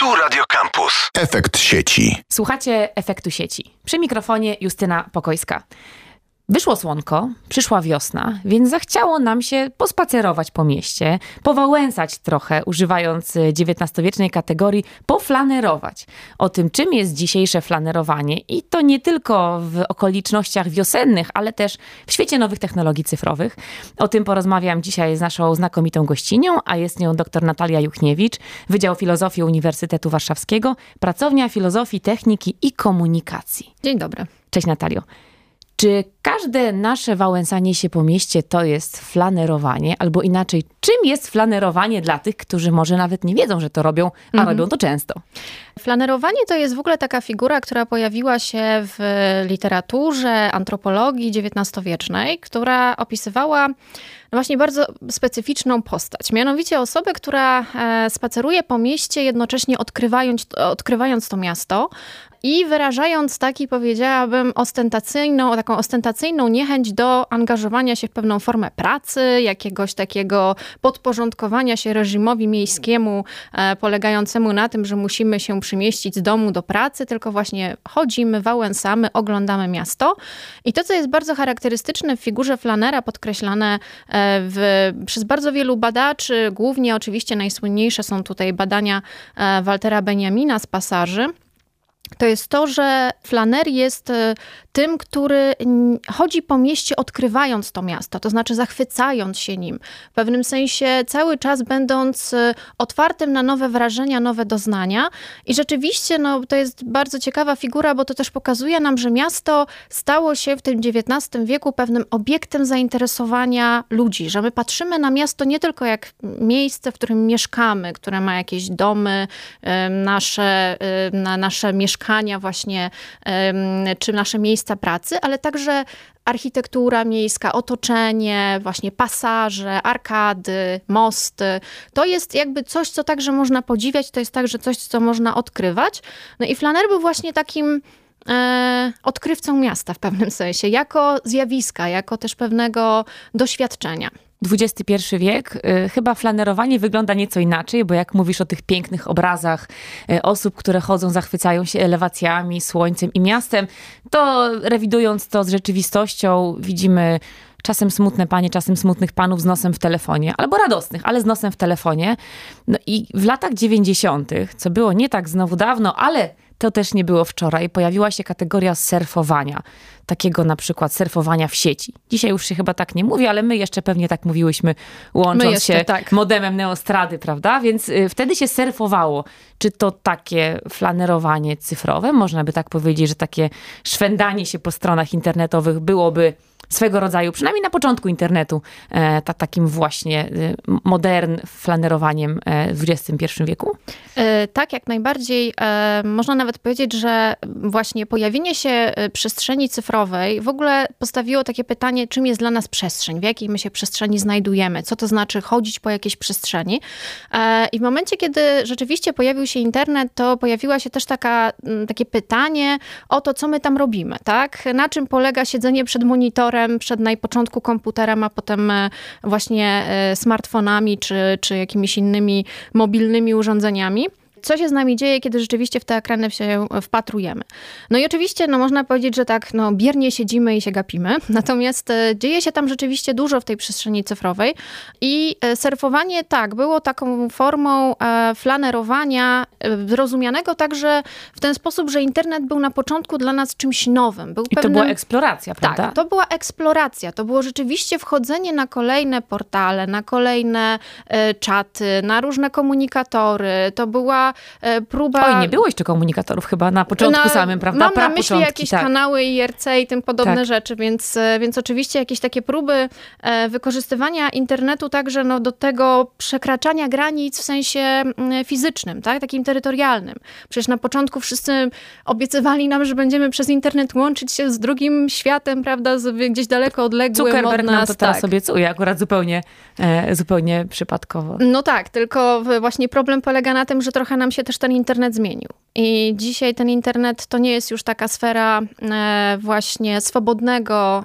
Tu Radio Campus. Efekt sieci. Słuchacie Efektu sieci. Przy mikrofonie Justyna Pokojska. Wyszło słonko, przyszła wiosna, więc zachciało nam się pospacerować po mieście, powałęsać trochę, używając XIX-wiecznej kategorii, poflanerować. O tym, czym jest dzisiejsze flanerowanie i to nie tylko w okolicznościach wiosennych, ale też w świecie nowych technologii cyfrowych. O tym porozmawiam dzisiaj z naszą znakomitą gościnią, a jest nią dr Natalia Juchniewicz, Wydział Filozofii Uniwersytetu Warszawskiego, Pracownia Filozofii, Techniki i Komunikacji. Dzień dobry. Cześć Natalio. Czy każde nasze wałęsanie się po mieście to jest flanerowanie? Albo inaczej, czym jest flanerowanie dla tych, którzy może nawet nie wiedzą, że to robią, a robią to często? Flanerowanie to jest w ogóle taka figura, która pojawiła się w literaturze, antropologii XIX-wiecznej, która opisywała właśnie bardzo specyficzną postać. Mianowicie osobę, która spaceruje po mieście, jednocześnie odkrywając to miasto i wyrażając powiedziałabym, taką ostentacyjną niechęć do angażowania się w pewną formę pracy, jakiegoś takiego podporządkowania się reżimowi miejskiemu, polegającemu na tym, że musimy się przemieścić z domu do pracy, tylko właśnie chodzimy, wałęsamy, oglądamy miasto. I to, co jest bardzo charakterystyczne w figurze flanera, podkreślane przez bardzo wielu badaczy, głównie oczywiście najsłynniejsze są tutaj badania Waltera Benjamina z pasaży, to jest to, że flaner jest tym, który chodzi po mieście odkrywając to miasto, to znaczy zachwycając się nim. W pewnym sensie cały czas będąc otwartym na nowe wrażenia, nowe doznania. I rzeczywiście to jest bardzo ciekawa figura, bo to też pokazuje nam, że miasto stało się w tym XIX wieku pewnym obiektem zainteresowania ludzi, że my patrzymy na miasto nie tylko jak miejsce, w którym mieszkamy, które ma jakieś domy, nasze mieszkania właśnie, czy nasze miejsca pracy, ale także architektura miejska, otoczenie, właśnie pasaże, arkady, mosty. To jest jakby coś, co także można podziwiać, to jest także coś, co można odkrywać. No i flaner był właśnie takim odkrywcą miasta w pewnym sensie, jako zjawiska, jako też pewnego doświadczenia. XXI wiek, chyba flanerowanie wygląda nieco inaczej, bo jak mówisz o tych pięknych obrazach osób, które chodzą, zachwycają się elewacjami, słońcem i miastem, to rewidując to z rzeczywistością, widzimy czasem smutne panie, czasem smutnych panów z nosem w telefonie, albo radosnych, ale z nosem w telefonie. No i w latach 90., co było nie tak znowu dawno, ale to też nie było wczoraj, pojawiła się kategoria surfowania. Takiego na przykład surfowania w sieci. Dzisiaj już się chyba tak nie mówi, ale my jeszcze pewnie tak mówiłyśmy, łącząc się modemem Neostrady, prawda? Więc wtedy się surfowało. Czy to takie flanerowanie cyfrowe? Można by tak powiedzieć, że takie szwendanie się po stronach internetowych byłoby swego rodzaju, przynajmniej na początku internetu, takim właśnie modern flanerowaniem w XXI wieku? Tak, jak najbardziej. Można nawet powiedzieć, że właśnie pojawienie się przestrzeni cyfrowej w ogóle postawiło takie pytanie, czym jest dla nas przestrzeń, w jakiej my się przestrzeni znajdujemy, co to znaczy chodzić po jakiejś przestrzeni. I w momencie, kiedy rzeczywiście pojawił się internet, to pojawiło się też takie pytanie o to, co my tam robimy, tak? Na czym polega siedzenie przed monitorem, przed najpoczątku komputerem, a potem właśnie smartfonami czy jakimiś innymi mobilnymi urządzeniami. Co się z nami dzieje, kiedy rzeczywiście w te ekrany się wpatrujemy. No i oczywiście można powiedzieć, że tak biernie siedzimy i się gapimy, natomiast dzieje się tam rzeczywiście dużo w tej przestrzeni cyfrowej i surfowanie było taką formą flanerowania, rozumianego także w ten sposób, że internet był na początku dla nas czymś nowym. To była eksploracja, prawda? Tak, to była eksploracja, to było rzeczywiście wchodzenie na kolejne portale, na kolejne czaty, na różne komunikatory, to była próba... Oj, nie było jeszcze komunikatorów chyba na początku samym, prawda? Mam na myśli jakieś kanały IRC i tym podobne rzeczy, więc oczywiście jakieś takie próby wykorzystywania internetu także do tego przekraczania granic w sensie fizycznym, tak? Takim terytorialnym. Przecież na początku wszyscy obiecywali nam, że będziemy przez internet łączyć się z drugim światem, prawda? Gdzieś daleko odległym Zuckerberg od nas. nam to teraz obiecuje, akurat zupełnie przypadkowo. No tak, tylko właśnie problem polega na tym, że trochę nam się też ten internet zmienił. I dzisiaj ten internet to nie jest już taka sfera właśnie swobodnego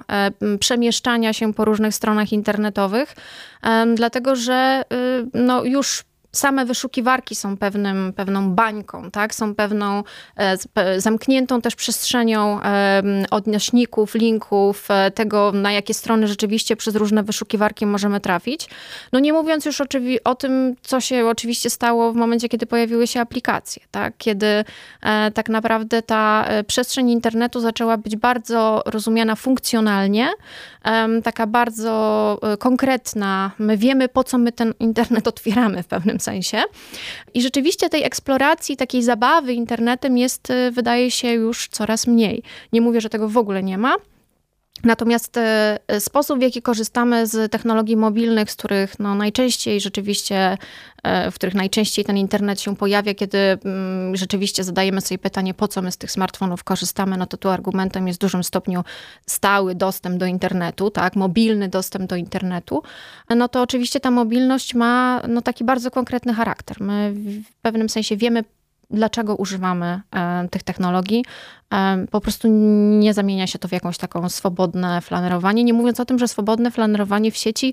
przemieszczania się po różnych stronach internetowych, dlatego że już same wyszukiwarki są pewną bańką, tak? Są pewną zamkniętą też przestrzenią odnośników, linków, tego, na jakie strony rzeczywiście przez różne wyszukiwarki możemy trafić. No nie mówiąc już o tym, co się oczywiście stało w momencie, kiedy pojawiły się aplikacje, tak? Kiedy tak naprawdę ta przestrzeń internetu zaczęła być bardzo rozumiana funkcjonalnie, taka bardzo konkretna. My wiemy, po co my ten internet otwieramy w pewnym sensie. I rzeczywiście tej eksploracji, takiej zabawy internetem jest, wydaje się, już coraz mniej. Nie mówię, że tego w ogóle nie ma. Natomiast sposób, w jaki korzystamy z technologii mobilnych, z których najczęściej rzeczywiście, w których najczęściej ten internet się pojawia, kiedy rzeczywiście zadajemy sobie pytanie, po co my z tych smartfonów korzystamy, no to tu argumentem jest w dużym stopniu stały dostęp do internetu, tak, mobilny dostęp do internetu. No to oczywiście ta mobilność ma taki bardzo konkretny charakter. My w pewnym sensie wiemy, dlaczego używamy tych technologii. Po prostu nie zamienia się to w jakąś taką swobodne flanerowanie. Nie mówiąc o tym, że swobodne flanerowanie w sieci,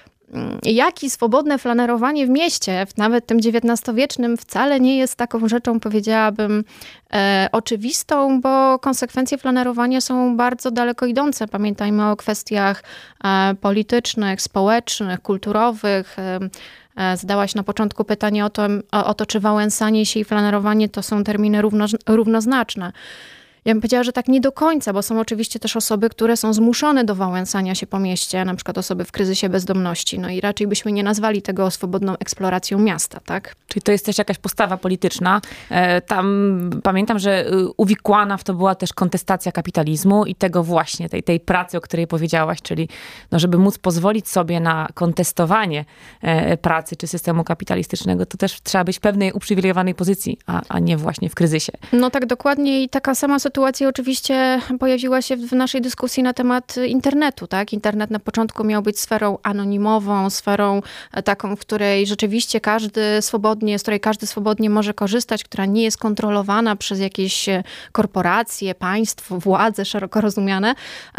jak i swobodne flanerowanie w mieście, nawet tym XIX-wiecznym, wcale nie jest taką rzeczą, powiedziałabym, oczywistą, bo konsekwencje flanerowania są bardzo daleko idące. Pamiętajmy o kwestiach politycznych, społecznych, kulturowych. Zadałaś na początku pytanie o to, czy wałęsanie się i flanerowanie to są terminy równoznaczne. Ja bym powiedziała, że tak nie do końca, bo są oczywiście też osoby, które są zmuszone do wałęsania się po mieście, na przykład osoby w kryzysie bezdomności. No i raczej byśmy nie nazwali tego swobodną eksploracją miasta, tak? Czyli to jest też jakaś postawa polityczna. Tam pamiętam, że uwikłana w to była też kontestacja kapitalizmu i tego właśnie, tej pracy, o której powiedziałaś, czyli żeby móc pozwolić sobie na kontestowanie pracy czy systemu kapitalistycznego, to też trzeba być w pewnej uprzywilejowanej pozycji, a nie właśnie w kryzysie. No tak dokładnie i taka sama sytuacja oczywiście pojawiła się w naszej dyskusji na temat internetu, tak? Internet na początku miał być sferą anonimową, sferą taką, w której rzeczywiście z której każdy swobodnie może korzystać, która nie jest kontrolowana przez jakieś korporacje, państwo, władze szeroko rozumiane.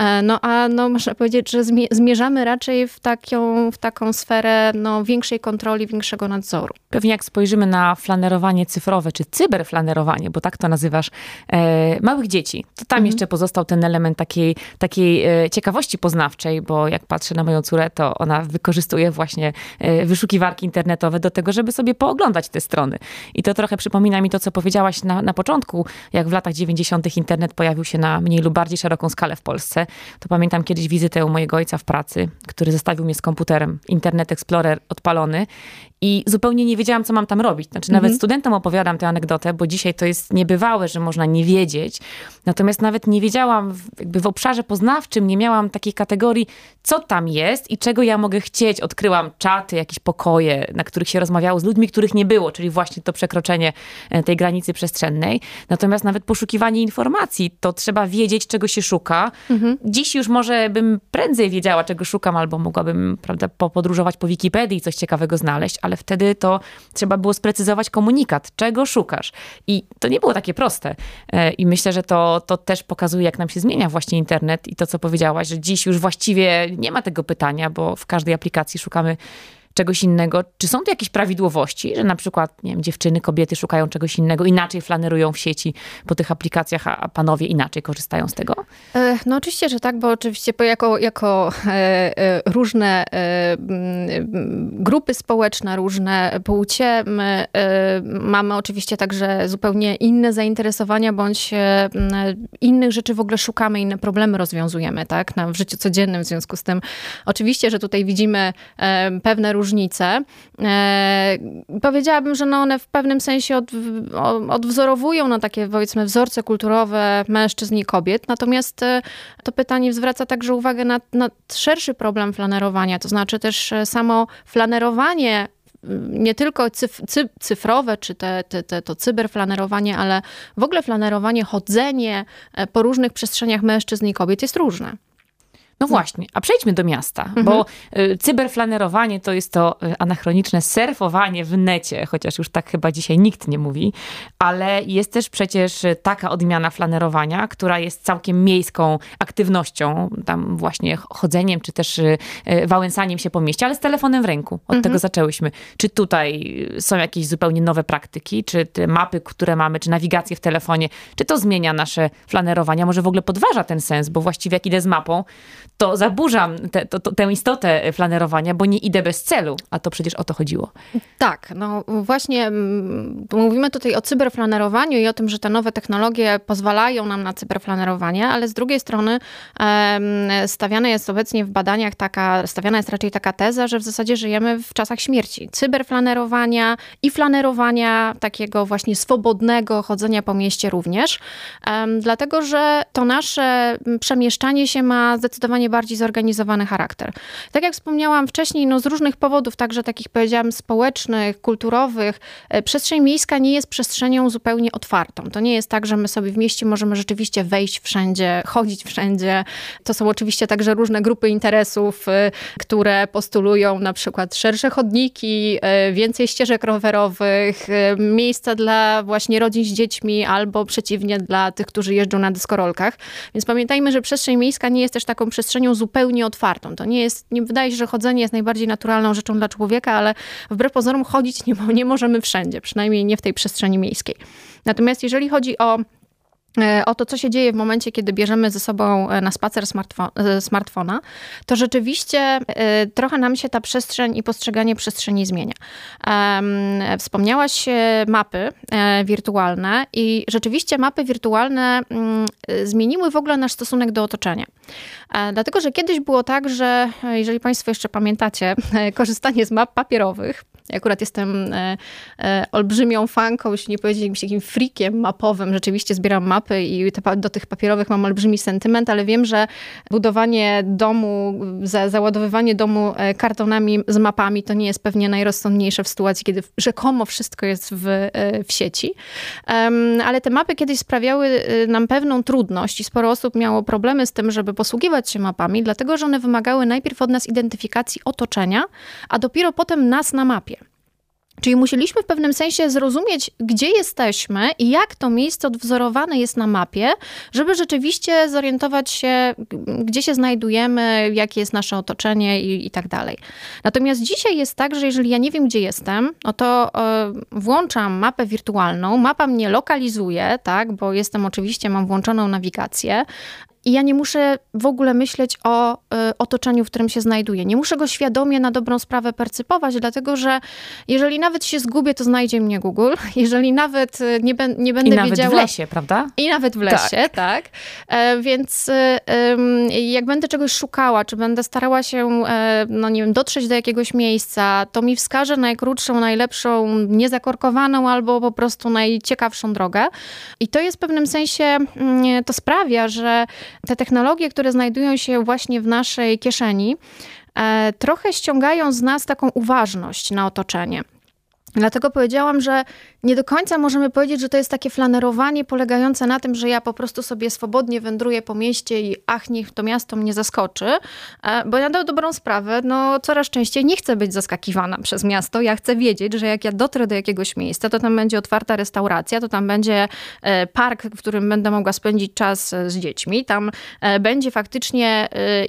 Można powiedzieć, że zmierzamy raczej w taką sferę większej kontroli, większego nadzoru. Pewnie jak spojrzymy na flanerowanie cyfrowe, czy cyberflanerowanie, bo tak to nazywasz, małych dzieci, to tam jeszcze pozostał ten element takiej ciekawości poznawczej, bo jak patrzę na moją córę, to ona wykorzystuje właśnie wyszukiwarki internetowe do tego, żeby sobie pooglądać te strony. I to trochę przypomina mi to, co powiedziałaś na początku, jak w latach 90. internet pojawił się na mniej lub bardziej szeroką skalę w Polsce. To pamiętam kiedyś wizytę u mojego ojca w pracy, który zostawił mnie z komputerem, Internet Explorer odpalony i zupełnie nie wiedziałam, co mam tam robić. Znaczy nawet studentom opowiadam tę anegdotę, bo dzisiaj to jest niebywałe, że można nie wiedzieć. Natomiast nawet nie wiedziałam, w obszarze poznawczym nie miałam takiej kategorii, co tam jest i czego ja mogę chcieć. Odkryłam czaty, jakieś pokoje, na których się rozmawiało z ludźmi, których nie było, czyli właśnie to przekroczenie tej granicy przestrzennej. Natomiast nawet poszukiwanie informacji, to trzeba wiedzieć, czego się szuka. Dziś już może bym prędzej wiedziała, czego szukam, albo mogłabym, podróżować po Wikipedii i coś ciekawego znaleźć, ale wtedy to trzeba było sprecyzować komunikat, czego szukasz. I to nie było takie proste. I myślę, że to też pokazuje, jak nam się zmienia właśnie internet i to, co powiedziałaś, że dziś już właściwie nie ma tego pytania, bo w każdej aplikacji szukamy czegoś innego. Czy są tu jakieś prawidłowości, że na przykład, nie wiem, dziewczyny, kobiety szukają czegoś innego, inaczej flanerują w sieci po tych aplikacjach, a panowie inaczej korzystają z tego? No oczywiście, że tak, bo oczywiście jako różne grupy społeczne, różne płcie, my mamy oczywiście także zupełnie inne zainteresowania, bądź innych rzeczy w ogóle szukamy, inne problemy rozwiązujemy, tak, w życiu codziennym. W związku z tym oczywiście, że tutaj widzimy pewne różnice. Powiedziałabym, że one w pewnym sensie odwzorowują takie, powiedzmy, wzorce kulturowe mężczyzn i kobiet. Natomiast to pytanie zwraca także uwagę na szerszy problem flanerowania, to znaczy też samo flanerowanie, nie tylko cyfrowe, czy to cyberflanerowanie, ale w ogóle flanerowanie, chodzenie po różnych przestrzeniach mężczyzn i kobiet jest różne. No właśnie, a przejdźmy do miasta, bo cyberflanerowanie to jest to anachroniczne surfowanie w necie, chociaż już tak chyba dzisiaj nikt nie mówi, ale jest też przecież taka odmiana flanerowania, która jest całkiem miejską aktywnością, tam właśnie chodzeniem, czy też wałęsaniem się po mieście, ale z telefonem w ręku. Od tego zaczęłyśmy. Czy tutaj są jakieś zupełnie nowe praktyki, czy te mapy, które mamy, czy nawigację w telefonie, czy to zmienia nasze flanerowania, może w ogóle podważa ten sens, bo właściwie jak idę z mapą, to zaburzam tę istotę flanerowania, bo nie idę bez celu, a to przecież o to chodziło. Tak, no właśnie mówimy tutaj o cyberflanerowaniu i o tym, że te nowe technologie pozwalają nam na cyberflanerowanie, ale z drugiej strony stawiana jest obecnie w badaniach stawiana jest raczej taka teza, że w zasadzie żyjemy w czasach śmierci. Cyberflanerowania i flanerowania takiego właśnie swobodnego chodzenia po mieście również, dlatego, że to nasze przemieszczanie się ma zdecydowanie bardziej zorganizowany charakter. Tak jak wspomniałam wcześniej, no z różnych powodów, także takich powiedziałam społecznych, kulturowych, przestrzeń miejska nie jest przestrzenią zupełnie otwartą. To nie jest tak, że my sobie w mieście możemy rzeczywiście wejść wszędzie, chodzić wszędzie. To są oczywiście także różne grupy interesów, które postulują na przykład szersze chodniki, więcej ścieżek rowerowych, miejsca dla właśnie rodzin z dziećmi albo przeciwnie dla tych, którzy jeżdżą na dyskorolkach. Więc pamiętajmy, że przestrzeń miejska nie jest też taką przestrzenią zupełnie otwartą. To nie wydaje się, że chodzenie jest najbardziej naturalną rzeczą dla człowieka, ale wbrew pozorom chodzić nie możemy wszędzie, przynajmniej nie w tej przestrzeni miejskiej. Natomiast jeżeli chodzi o to, co się dzieje w momencie, kiedy bierzemy ze sobą na spacer smartfona, to rzeczywiście trochę nam się ta przestrzeń i postrzeganie przestrzeni zmienia. Wspomniałaś mapy wirtualne i rzeczywiście mapy wirtualne zmieniły w ogóle nasz stosunek do otoczenia. Dlatego, że kiedyś było tak, że jeżeli Państwo jeszcze pamiętacie, korzystanie z map papierowych, ja akurat jestem olbrzymią fanką, jeśli nie powiedzieć jakimś takim freakiem mapowym. Rzeczywiście zbieram mapy i do tych papierowych mam olbrzymi sentyment, ale wiem, że budowanie domu, załadowywanie domu kartonami z mapami to nie jest pewnie najrozsądniejsze w sytuacji, kiedy rzekomo wszystko jest w sieci. Ale te mapy kiedyś sprawiały nam pewną trudność i sporo osób miało problemy z tym, żeby posługiwać się mapami, dlatego że one wymagały najpierw od nas identyfikacji otoczenia, a dopiero potem nas na mapie. Czyli musieliśmy w pewnym sensie zrozumieć, gdzie jesteśmy i jak to miejsce odwzorowane jest na mapie, żeby rzeczywiście zorientować się, gdzie się znajdujemy, jakie jest nasze otoczenie i tak dalej. Natomiast dzisiaj jest tak, że jeżeli ja nie wiem, gdzie jestem, no to włączam mapę wirtualną, mapa mnie lokalizuje, tak, bo mam włączoną nawigację, i ja nie muszę w ogóle myśleć o otoczeniu, w którym się znajduję. Nie muszę go świadomie na dobrą sprawę percypować, dlatego że jeżeli nawet się zgubię, to znajdzie mnie Google. Jeżeli nawet nie będę wiedziała... I nawet w lesie, prawda? I nawet w lesie, tak. Więc jak będę czegoś szukała, czy będę starała się, dotrzeć do jakiegoś miejsca, to mi wskaże najkrótszą, najlepszą, niezakorkowaną albo po prostu najciekawszą drogę. I to jest w pewnym sensie, to sprawia, że te technologie, które znajdują się właśnie w naszej kieszeni, trochę ściągają z nas taką uważność na otoczenie. Dlatego powiedziałam, że nie do końca możemy powiedzieć, że to jest takie flanerowanie polegające na tym, że ja po prostu sobie swobodnie wędruję po mieście i niech to miasto mnie zaskoczy, bo ja na dobrą sprawę, coraz częściej nie chcę być zaskakiwana przez miasto. Ja chcę wiedzieć, że jak ja dotrę do jakiegoś miejsca, to tam będzie otwarta restauracja, to tam będzie park, w którym będę mogła spędzić czas z dziećmi, tam będzie faktycznie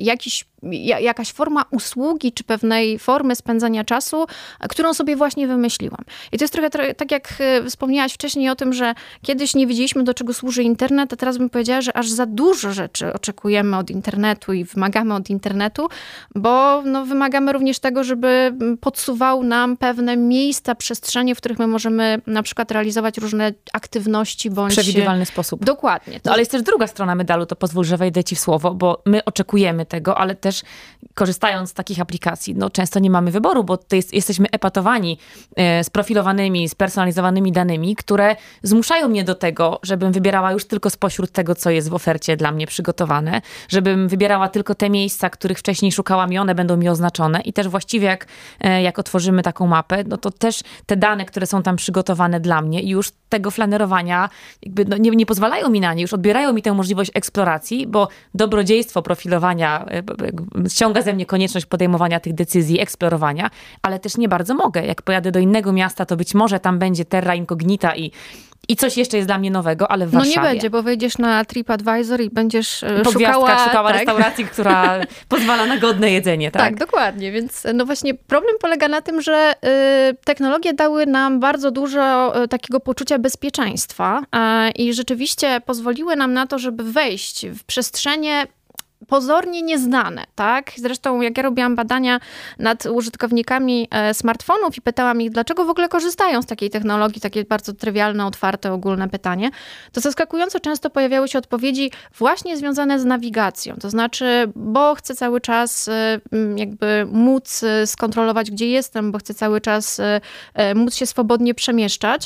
jakaś forma usługi, czy pewnej formy spędzania czasu, którą sobie właśnie wymyśliłam. I to jest trochę tak, jak wspomniałaś wcześniej o tym, że kiedyś nie wiedzieliśmy, do czego służy internet, a teraz bym powiedziała, że aż za dużo rzeczy oczekujemy od internetu i wymagamy od internetu, bo wymagamy również tego, żeby podsuwał nam pewne miejsca, przestrzenie, w których my możemy na przykład realizować różne aktywności bądź... W przewidywalny sposób. Dokładnie. Ale jest też druga strona medalu, to pozwól, że wejdę ci w słowo, bo my oczekujemy tego, ale też korzystając z takich aplikacji, często nie mamy wyboru, bo jesteśmy epatowani sprofilowanymi, spersonalizowanymi sfiltrowanymi danymi, które zmuszają mnie do tego, żebym wybierała już tylko spośród tego, co jest w ofercie dla mnie przygotowane, żebym wybierała tylko te miejsca, których wcześniej szukałam i one będą mi oznaczone. I też właściwie jak otworzymy taką mapę, no to też te dane, które są tam przygotowane dla mnie i już tego flanerowania jakby nie pozwalają mi na nie, już odbierają mi tę możliwość eksploracji, bo dobrodziejstwo profilowania ściąga ze mnie konieczność podejmowania tych decyzji, eksplorowania, ale też nie bardzo mogę. Jak pojadę do innego miasta, to być może tam będzie terra incognita i coś jeszcze jest dla mnie nowego, ale w Warszawie... No nie będzie, bo wejdziesz na TripAdvisor i będziesz szukała tak, restauracji, która pozwala na godne jedzenie, tak? Tak, dokładnie. Więc no właśnie problem polega na tym, że technologie dały nam bardzo dużo takiego poczucia bezpieczeństwa i rzeczywiście pozwoliły nam na to, żeby wejść w przestrzenie pozornie nieznane, tak? Zresztą jak ja robiłam badania nad użytkownikami smartfonów i pytałam ich, dlaczego w ogóle korzystają z takiej technologii, takie bardzo trywialne, otwarte, ogólne pytanie, to zaskakująco często pojawiały się odpowiedzi właśnie związane z nawigacją. To znaczy, bo chcę cały czas jakby móc skontrolować, gdzie jestem, bo chcę cały czas móc się swobodnie przemieszczać,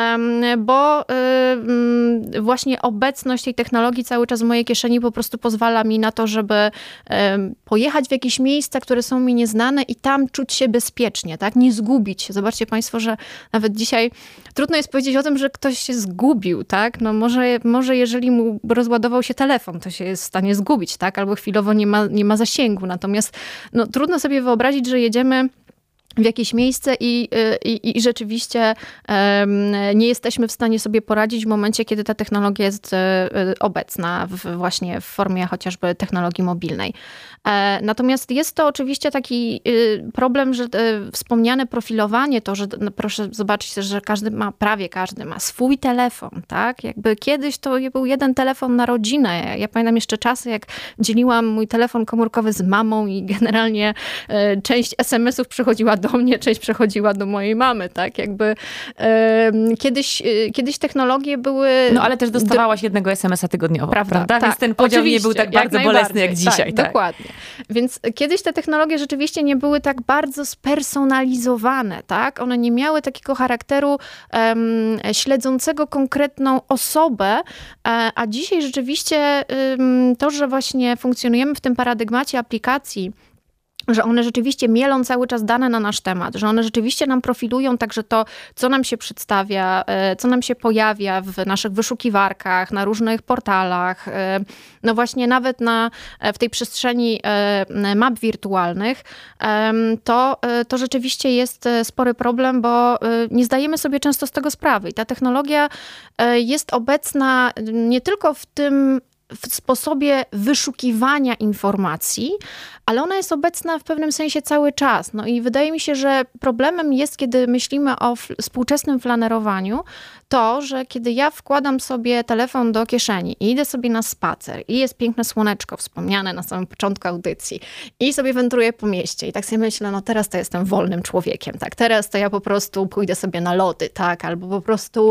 bo właśnie obecność tej technologii cały czas w mojej kieszeni po prostu pozwala mi na to, żeby pojechać w jakieś miejsca, które są mi nieznane i tam czuć się bezpiecznie, tak? Nie zgubić się. Zobaczcie państwo, że nawet dzisiaj trudno jest powiedzieć o tym, że ktoś się zgubił, tak? No może jeżeli mu rozładował się telefon, to się jest w stanie zgubić, tak? Albo chwilowo nie ma zasięgu. Natomiast no, trudno sobie wyobrazić, że jedziemy w jakieś miejsce i rzeczywiście nie jesteśmy w stanie sobie poradzić w momencie, kiedy ta technologia jest obecna właśnie w formie chociażby technologii mobilnej. Natomiast jest to oczywiście taki problem, że wspomniane profilowanie, to, że proszę zobaczyć też, że prawie każdy ma swój telefon, tak? Jakby kiedyś to był jeden telefon na rodzinę. Ja pamiętam jeszcze czasy, jak dzieliłam mój telefon komórkowy z mamą i generalnie część SMS-ów przychodziła do mnie, część przechodziła do mojej mamy, tak? Jakby kiedyś technologie były... No ale też dostawałaś jednego SMS-a tygodniowo, prawda? Tak, więc ten podział nie był tak bardzo bolesny jak dzisiaj. Tak, dokładnie. Więc kiedyś te technologie rzeczywiście nie były tak bardzo spersonalizowane, tak? One nie miały takiego charakteru śledzącego konkretną osobę, a dzisiaj rzeczywiście to, że właśnie funkcjonujemy w tym paradygmacie aplikacji, że one rzeczywiście mielą cały czas dane na nasz temat, że one rzeczywiście nam profilują także to, co nam się przedstawia, co nam się pojawia w naszych wyszukiwarkach, na różnych portalach, no właśnie nawet w tej przestrzeni map wirtualnych, to rzeczywiście jest spory problem, bo nie zdajemy sobie często z tego sprawy. I ta technologia jest obecna nie tylko w sposobie wyszukiwania informacji, ale ona jest obecna w pewnym sensie cały czas. No i wydaje mi się, że problemem jest, kiedy myślimy o współczesnym flanerowaniu, to, że kiedy ja wkładam sobie telefon do kieszeni i idę sobie na spacer i jest piękne słoneczko, wspomniane na samym początku audycji i sobie wędruję po mieście i tak sobie myślę, no teraz to jestem wolnym człowiekiem, tak? Teraz to ja po prostu pójdę sobie na lody, tak? Albo po prostu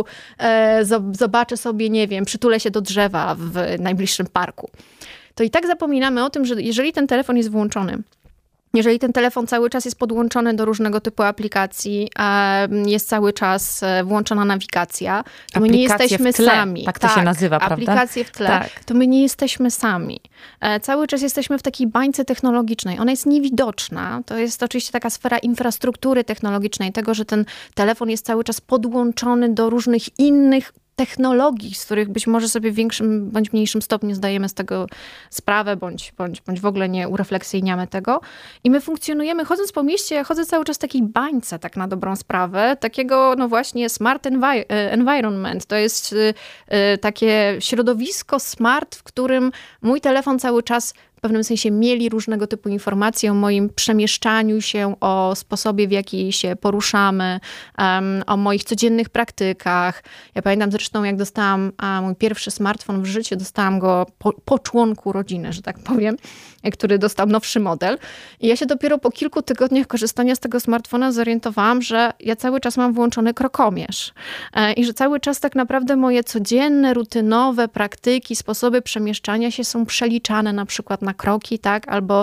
zobaczę sobie, nie wiem, przytulę się do drzewa w najbliższym parku. To i tak zapominamy o tym, że jeżeli ten telefon jest włączony, jeżeli ten telefon cały czas jest podłączony do różnego typu aplikacji, jest cały czas włączona nawigacja, to my nie jesteśmy sami. Tak to się nazywa, prawda? Aplikacje w tle, tak. To my nie jesteśmy sami. Cały czas jesteśmy w takiej bańce technologicznej. Ona jest niewidoczna. To jest oczywiście taka sfera infrastruktury technologicznej, tego, że ten telefon jest cały czas podłączony do różnych innych technologii, z których być może sobie w większym bądź mniejszym stopniu zdajemy z tego sprawę, bądź w ogóle nie urefleksyjniamy tego. I my funkcjonujemy, chodząc po mieście, ja chodzę cały czas w takiej bańce, tak na dobrą sprawę, takiego, no właśnie, smart environment. To jest takie środowisko smart, w którym mój telefon cały czas w pewnym sensie mieli różnego typu informacje o moim przemieszczaniu się, o sposobie, w jaki się poruszamy, o moich codziennych praktykach. Ja pamiętam zresztą, jak dostałam mój pierwszy smartfon w życiu, dostałam go po członku rodziny, że tak powiem, który dostał nowszy model. I ja się dopiero po kilku tygodniach korzystania z tego smartfona zorientowałam, że ja cały czas mam włączony krokomierz. I że cały czas tak naprawdę moje codzienne, rutynowe praktyki, sposoby przemieszczania się są przeliczane na przykład na kroki, tak? Albo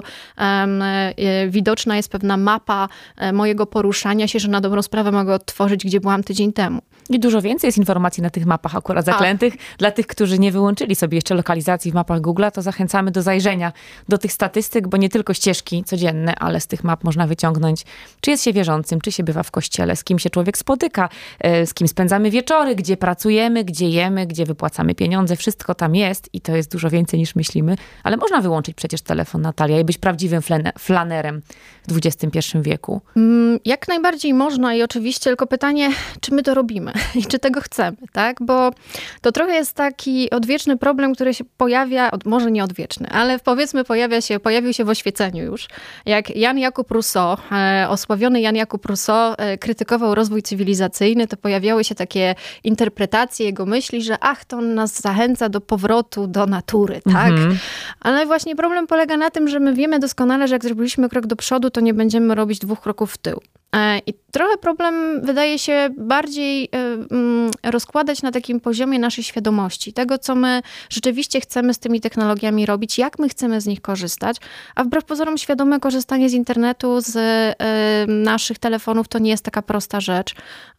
widoczna jest pewna mapa mojego poruszania się, że na dobrą sprawę mogę odtworzyć, gdzie byłam tydzień temu. I dużo więcej jest informacji na tych mapach akurat zaklętych. Dla tych, którzy nie wyłączyli sobie jeszcze lokalizacji w mapach Google'a, to zachęcamy do zajrzenia do tych statystyk, bo nie tylko ścieżki codzienne, ale z tych map można wyciągnąć, czy jest się wierzącym, czy się bywa w kościele, z kim się człowiek spotyka, z kim spędzamy wieczory, gdzie pracujemy, gdzie jemy, gdzie wypłacamy pieniądze. Wszystko tam jest i to jest dużo więcej niż myślimy. Ale można wyłączyć przecież telefon, Natalia, i być prawdziwym flanerem w XXI wieku. Jak najbardziej można i oczywiście tylko pytanie, czy my to robimy i czy tego chcemy, tak? Bo to trochę jest taki odwieczny problem, który się pojawia, może nie odwieczny, ale powiedzmy pojawił się w oświeceniu już. Jak Jan Jakub Rousseau, osławiony Jan Jakub Rousseau krytykował rozwój cywilizacyjny, to pojawiały się takie interpretacje jego myśli, że to on nas zachęca do powrotu do natury, tak? Ale właśnie problem polega na tym, że my wiemy doskonale, że jak zrobiliśmy krok do przodu, to nie będziemy robić 2 kroków w tył. I trochę problem wydaje się bardziej rozkładać na takim poziomie naszej świadomości, tego, co my rzeczywiście chcemy z tymi technologiami robić, jak my chcemy z nich korzystać, a wbrew pozorom świadome korzystanie z internetu, z naszych telefonów to nie jest taka prosta rzecz,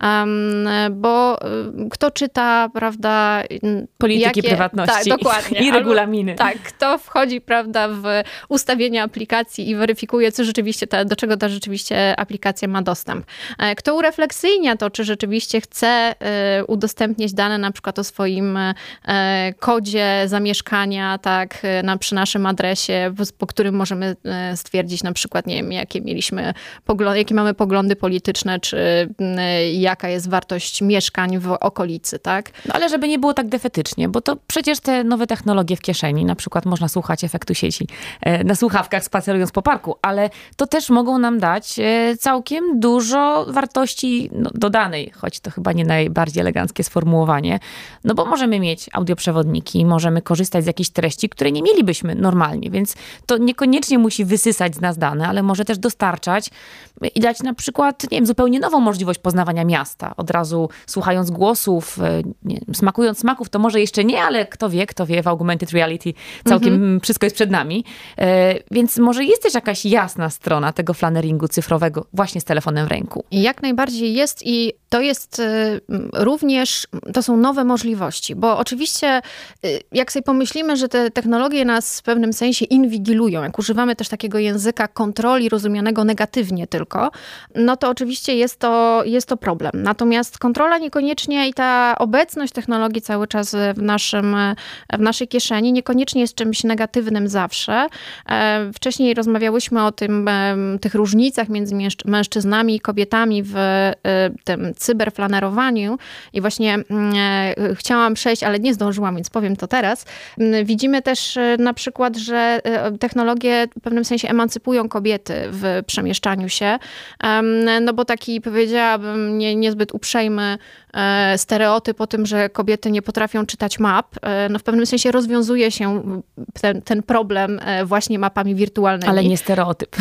bo kto czyta, prawda... Polityki prywatności tak, dokładnie. I regulaminy. Tak, kto wchodzi, prawda, w ustawienia aplikacji i weryfikuje, co rzeczywiście do czego ta rzeczywiście aplikacja ma dostęp. Kto urefleksyjnia to, czy rzeczywiście chce udostępnić dane na przykład o swoim kodzie zamieszkania, tak, przy naszym adresie, po którym możemy stwierdzić na przykład, nie wiem, jakie mamy poglądy polityczne, czy jaka jest wartość mieszkań w okolicy, tak? No, ale żeby nie było tak defetycznie, bo to przecież te nowe technologie w kieszeni, na przykład można słuchać efektu sieci na słuchawkach spacerując po parku, ale to też mogą nam dać całkiem dużo wartości dodanej, choć to chyba nie najbardziej eleganckie sformułowanie, no bo możemy mieć audioprzewodniki, możemy korzystać z jakichś treści, które nie mielibyśmy normalnie, więc to niekoniecznie musi wysysać z nas dane, ale może też dostarczać i dać na przykład, nie wiem, zupełnie nową możliwość poznawania miasta. Od razu słuchając głosów, smakując smaków, to może jeszcze nie, ale kto wie, w augmented reality całkiem wszystko jest przed nami. Więc może jest też jakaś jasna strona tego flaneringu cyfrowego właśnie z telefonem w ręku. Jak najbardziej jest i to jest również, to są nowe możliwości, bo oczywiście jak sobie pomyślimy, że te technologie nas w pewnym sensie inwigilują, jak używamy też takiego języka kontroli rozumianego negatywnie tylko, no to oczywiście jest to problem. Natomiast kontrola niekoniecznie i ta obecność technologii cały czas w naszej kieszeni niekoniecznie jest czymś negatywnym zawsze. Wcześniej rozmawiałyśmy o tych różnicach między mężczyznami i kobietami w tym cyberflanerowaniu i właśnie chciałam przejść, ale nie zdążyłam, więc powiem to teraz. Widzimy też na przykład, że technologie w pewnym sensie emancypują kobiety w przemieszczaniu się, no bo taki, powiedziałabym, niezbyt uprzejmy stereotyp o tym, że kobiety nie potrafią czytać map, no w pewnym sensie rozwiązuje się ten problem właśnie mapami wirtualnymi. Ale nie stereotyp.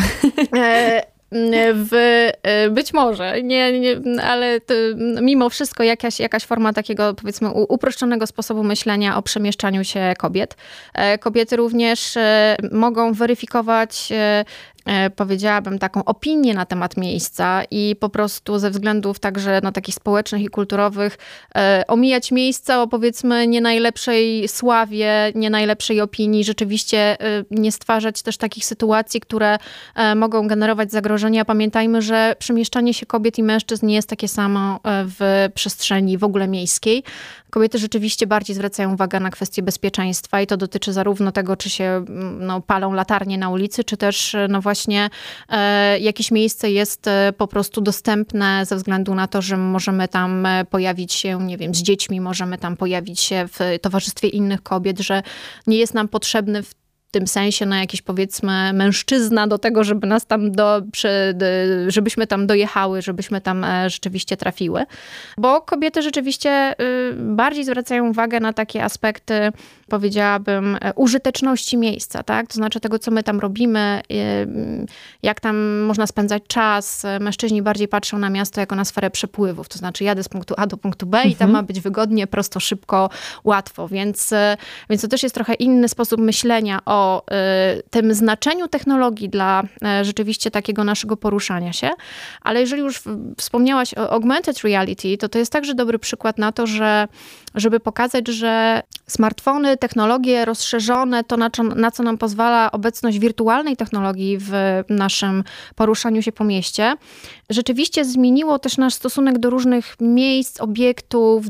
Być może, ale mimo wszystko jakaś forma takiego, powiedzmy, uproszczonego sposobu myślenia o przemieszczaniu się kobiet. Kobiety również mogą weryfikować, powiedziałabym, taką opinię na temat miejsca i po prostu ze względów także takich społecznych i kulturowych omijać miejsca o, powiedzmy, nie najlepszej sławie, nie najlepszej opinii, rzeczywiście nie stwarzać też takich sytuacji, które mogą generować zagrożenia. Pamiętajmy, że przemieszczanie się kobiet i mężczyzn nie jest takie samo w przestrzeni w ogóle miejskiej. Kobiety rzeczywiście bardziej zwracają uwagę na kwestie bezpieczeństwa i to dotyczy zarówno tego, czy się palą latarnie na ulicy, czy też właśnie jakieś miejsce jest po prostu dostępne ze względu na to, że możemy tam pojawić się, nie wiem, z dziećmi, możemy tam pojawić się w towarzystwie innych kobiet, że nie jest nam potrzebny w tym sensie jakiś, powiedzmy, mężczyzna do tego, żeby nas tam żebyśmy tam dojechały, żebyśmy tam rzeczywiście trafiły. Bo kobiety rzeczywiście bardziej zwracają uwagę na takie aspekty, powiedziałabym, użyteczności miejsca, tak? To znaczy tego, co my tam robimy, jak tam można spędzać czas. Mężczyźni bardziej patrzą na miasto jako na sferę przepływów, to znaczy jadę z punktu A do punktu B i tam ma być wygodnie, prosto, szybko, łatwo. Więc to też jest trochę inny sposób myślenia o o tym znaczeniu technologii dla rzeczywiście takiego naszego poruszania się, ale jeżeli już wspomniałaś o augmented reality, to jest także dobry przykład na to, żeby pokazać, że smartfony, technologie rozszerzone, to na co nam pozwala obecność wirtualnej technologii w naszym poruszaniu się po mieście, rzeczywiście zmieniło też nasz stosunek do różnych miejsc, obiektów,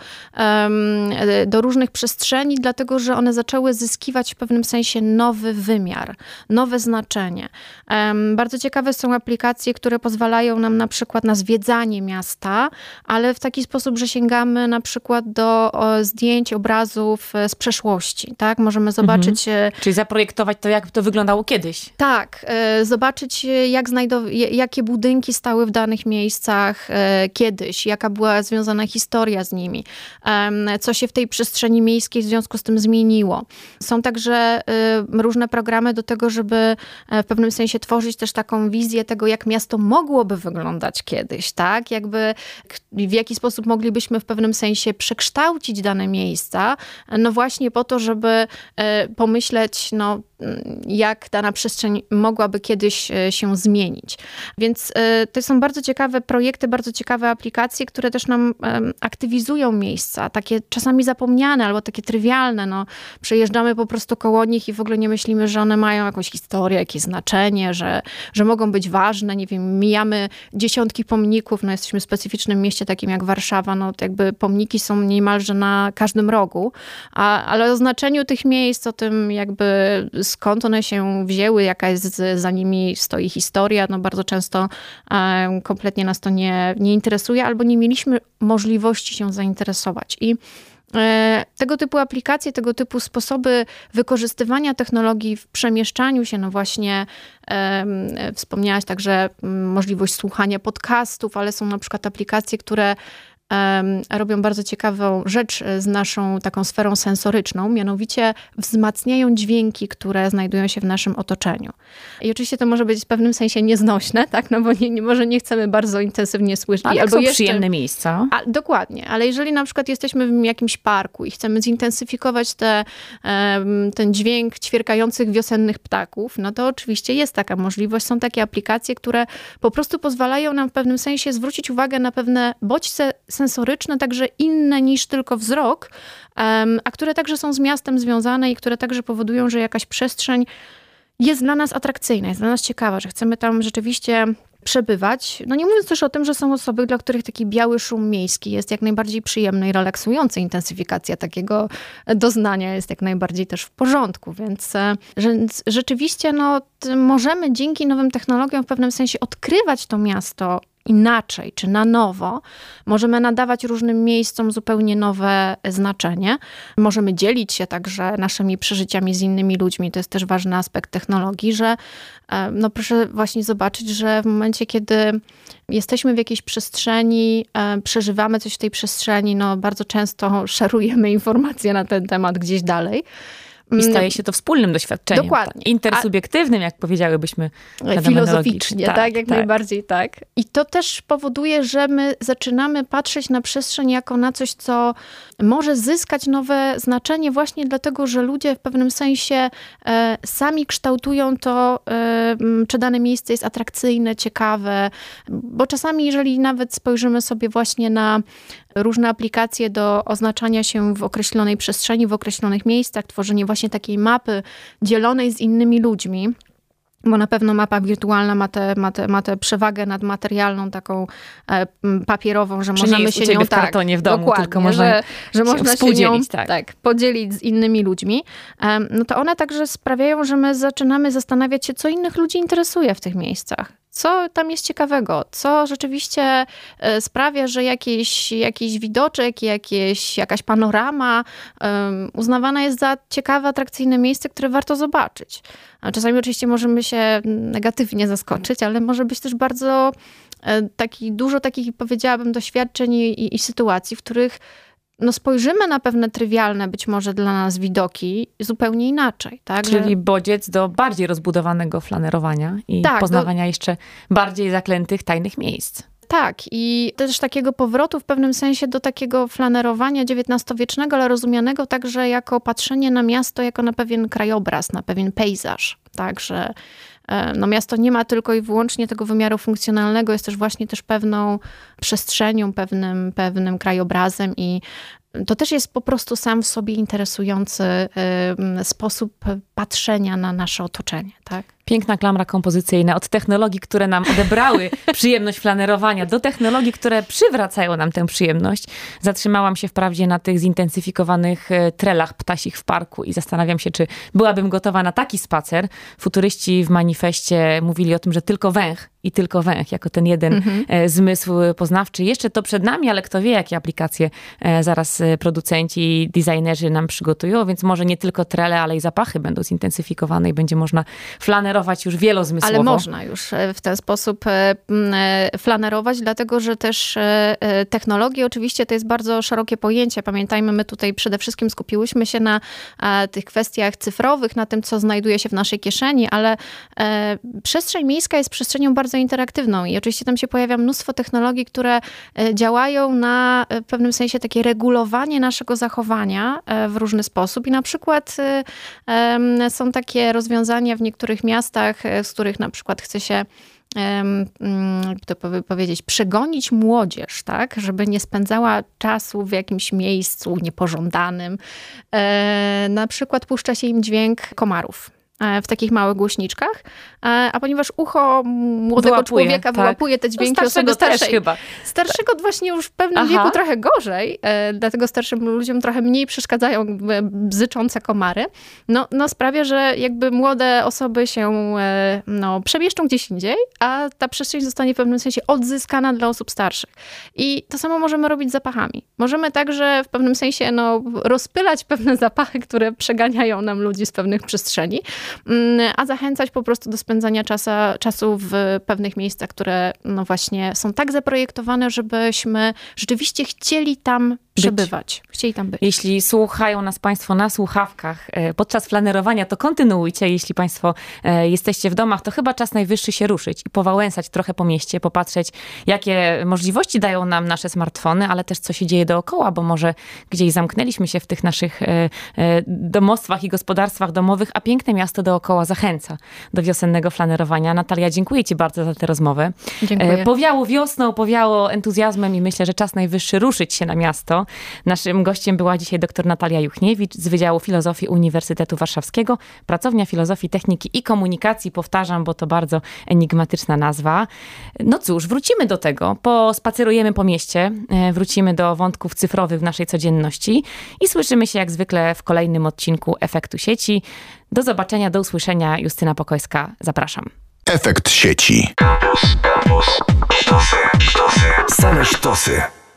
do różnych przestrzeni, dlatego że one zaczęły zyskiwać w pewnym sensie nowy wymiar, nowe znaczenie. Bardzo ciekawe są aplikacje, które pozwalają nam na przykład na zwiedzanie miasta, ale w taki sposób, że sięgamy na przykład do zdjęć, obrazów z przeszłości. Tak? Możemy zobaczyć... Czyli zaprojektować to, jak to wyglądało kiedyś. Tak. Zobaczyć, jakie budynki stały w danych miejscach kiedyś, jaka była związana historia z nimi, co się w tej przestrzeni miejskiej w związku z tym zmieniło. Są także różne programy do tego, żeby w pewnym sensie tworzyć też taką wizję tego, jak miasto mogłoby wyglądać kiedyś, tak? Jakby w jaki sposób moglibyśmy w pewnym sensie przekształcić dane miejsca, no właśnie po to, żeby pomyśleć, jak dana przestrzeń mogłaby kiedyś się zmienić. Więc to są bardzo ciekawe projekty, bardzo ciekawe aplikacje, które też nam aktywizują miejsca, takie czasami zapomniane albo takie trywialne. Przejeżdżamy po prostu koło nich i w ogóle nie myślimy, że one mają jakąś historię, jakieś znaczenie, że mogą być ważne. Nie wiem, mijamy dziesiątki pomników, jesteśmy w specyficznym mieście takim jak Warszawa, to jakby pomniki są niemalże na każdym rogu, ale o znaczeniu tych miejsc, o tym jakby skąd one się wzięły, jaka jest za nimi stoi historia, bardzo często kompletnie nas to nie interesuje, albo nie mieliśmy możliwości się zainteresować. I tego typu aplikacje, tego typu sposoby wykorzystywania technologii w przemieszczaniu się, właśnie wspomniałaś także możliwość słuchania podcastów, ale są na przykład aplikacje, które robią bardzo ciekawą rzecz z naszą taką sferą sensoryczną, mianowicie wzmacniają dźwięki, które znajdują się w naszym otoczeniu. I oczywiście to może być w pewnym sensie nieznośne, tak? Bo może nie chcemy bardzo intensywnie słyszeć. Ale albo są jeszcze przyjemne miejsca. Dokładnie, ale jeżeli na przykład jesteśmy w jakimś parku i chcemy zintensyfikować ten dźwięk ćwierkających wiosennych ptaków, to oczywiście jest taka możliwość. Są takie aplikacje, które po prostu pozwalają nam w pewnym sensie zwrócić uwagę na pewne bodźce sensoryczne, także inne niż tylko wzrok, a które także są z miastem związane i które także powodują, że jakaś przestrzeń jest dla nas atrakcyjna, jest dla nas ciekawa, że chcemy tam rzeczywiście przebywać. Nie mówiąc też o tym, że są osoby, dla których taki biały szum miejski jest jak najbardziej przyjemny i relaksujący. Intensyfikacja takiego doznania jest jak najbardziej też w porządku, więc rzeczywiście możemy dzięki nowym technologiom w pewnym sensie odkrywać to miasto inaczej, czy na nowo. Możemy nadawać różnym miejscom zupełnie nowe znaczenie. Możemy dzielić się także naszymi przeżyciami z innymi ludźmi. To jest też ważny aspekt technologii, że proszę właśnie zobaczyć, że w momencie, kiedy jesteśmy w jakiejś przestrzeni, przeżywamy coś w tej przestrzeni, bardzo często szerujemy informacje na ten temat gdzieś dalej. I staje się to wspólnym doświadczeniem. Dokładnie. Intersubiektywnym, jak powiedziałybyśmy filozoficznie, tak? Jak najbardziej tak. I to też powoduje, że my zaczynamy patrzeć na przestrzeń jako na coś, co może zyskać nowe znaczenie właśnie dlatego, że ludzie w pewnym sensie sami kształtują to, czy dane miejsce jest atrakcyjne, ciekawe. Bo czasami, jeżeli nawet spojrzymy sobie właśnie na różne aplikacje do oznaczania się w określonej przestrzeni, w określonych miejscach, tworzenie właśnie takiej mapy dzielonej z innymi ludźmi, bo na pewno mapa wirtualna ma tę przewagę nad materialną, taką papierową, że możemy się nią w kartonie w domu, tylko można że można się nią tak, podzielić z innymi ludźmi. To one także sprawiają, że my zaczynamy zastanawiać się, co innych ludzi interesuje w tych miejscach. Co tam jest ciekawego? Co rzeczywiście sprawia, że jakiś widoczek, jakaś panorama uznawana jest za ciekawe, atrakcyjne miejsce, które warto zobaczyć. A czasami oczywiście możemy się negatywnie zaskoczyć, ale może być też bardzo dużo takich, powiedziałabym, doświadczeń i sytuacji, w których spojrzymy na pewne trywialne być może dla nas widoki zupełnie inaczej. Tak? Czyli bodziec do bardziej rozbudowanego flanerowania i poznawania jeszcze bardziej zaklętych, tajnych miejsc. Tak, i też takiego powrotu w pewnym sensie do takiego flanerowania XIX-wiecznego, ale rozumianego także jako patrzenie na miasto, jako na pewien krajobraz, na pewien pejzaż. Także miasto nie ma tylko i wyłącznie tego wymiaru funkcjonalnego, jest też właśnie też pewną przestrzenią, pewnym krajobrazem i to też jest po prostu sam w sobie interesujący sposób patrzenia na nasze otoczenie, tak? Piękna klamra kompozycyjna od technologii, które nam odebrały przyjemność flanerowania, do technologii, które przywracają nam tę przyjemność. Zatrzymałam się wprawdzie na tych zintensyfikowanych trelach ptasich w parku i zastanawiam się, czy byłabym gotowa na taki spacer. Futuryści w manifestie mówili o tym, że tylko węch, jako ten jeden zmysł poznawczy. Jeszcze to przed nami, ale kto wie, jakie aplikacje zaraz producenci i designerzy nam przygotują, więc może nie tylko trele, ale i zapachy będą zintensyfikowane i będzie można flanerować już wielozmysłowo. Ale można już w ten sposób flanerować, dlatego że też technologie, oczywiście to jest bardzo szerokie pojęcie. Pamiętajmy, my tutaj przede wszystkim skupiłyśmy się na tych kwestiach cyfrowych, na tym, co znajduje się w naszej kieszeni, ale przestrzeń miejska jest przestrzenią bardzo interaktywną i oczywiście tam się pojawia mnóstwo technologii, które działają na w pewnym sensie takie regulowanie naszego zachowania w różny sposób i na przykład są takie rozwiązania w niektórych miastach, z których na przykład chce się przegonić młodzież, tak, żeby nie spędzała czasu w jakimś miejscu niepożądanym. Na przykład puszcza się im dźwięk komarów w takich małych głośniczkach, a ponieważ ucho młodego człowieka wyłapuje te dźwięki osoby starszej. Chyba. Starszego właśnie już w pewnym wieku trochę gorzej, dlatego starszym ludziom trochę mniej przeszkadzają bzyczące komary. Sprawia, że jakby młode osoby się przemieszczą gdzieś indziej, a ta przestrzeń zostanie w pewnym sensie odzyskana dla osób starszych. I to samo możemy robić z zapachami. Możemy także w pewnym sensie rozpylać pewne zapachy, które przeganiają nam ludzi z pewnych przestrzeni, a zachęcać po prostu do spędzania czasu w pewnych miejscach, które właśnie są tak zaprojektowane, żebyśmy rzeczywiście chcieli tam przebywać. Chcieli tam być. Jeśli słuchają nas Państwo na słuchawkach podczas flanerowania, to kontynuujcie. Jeśli Państwo jesteście w domach, to chyba czas najwyższy się ruszyć i powałęsać trochę po mieście, popatrzeć, jakie możliwości dają nam nasze smartfony, ale też co się dzieje dookoła, bo może gdzieś zamknęliśmy się w tych naszych domostwach i gospodarstwach domowych, a piękne miasto dookoła zachęca do wiosennego flanerowania. Natalia, dziękuję Ci bardzo za tę rozmowę. Dziękuję. Powiało wiosną, powiało entuzjazmem i myślę, że czas najwyższy ruszyć się na miasto. Naszym gościem była dzisiaj dr Natalia Juchniewicz z Wydziału Filozofii Uniwersytetu Warszawskiego, Pracownia Filozofii, Techniki i Komunikacji. Powtarzam, bo to bardzo enigmatyczna nazwa. No cóż, wrócimy do tego. Pospacerujemy po mieście, wrócimy do wątków cyfrowych w naszej codzienności i słyszymy się jak zwykle w kolejnym odcinku Efektu Sieci. Do zobaczenia, do usłyszenia. Justyna Pokojska. Zapraszam. Efekt sieci. Kampus. Sztosy. Same sztosy.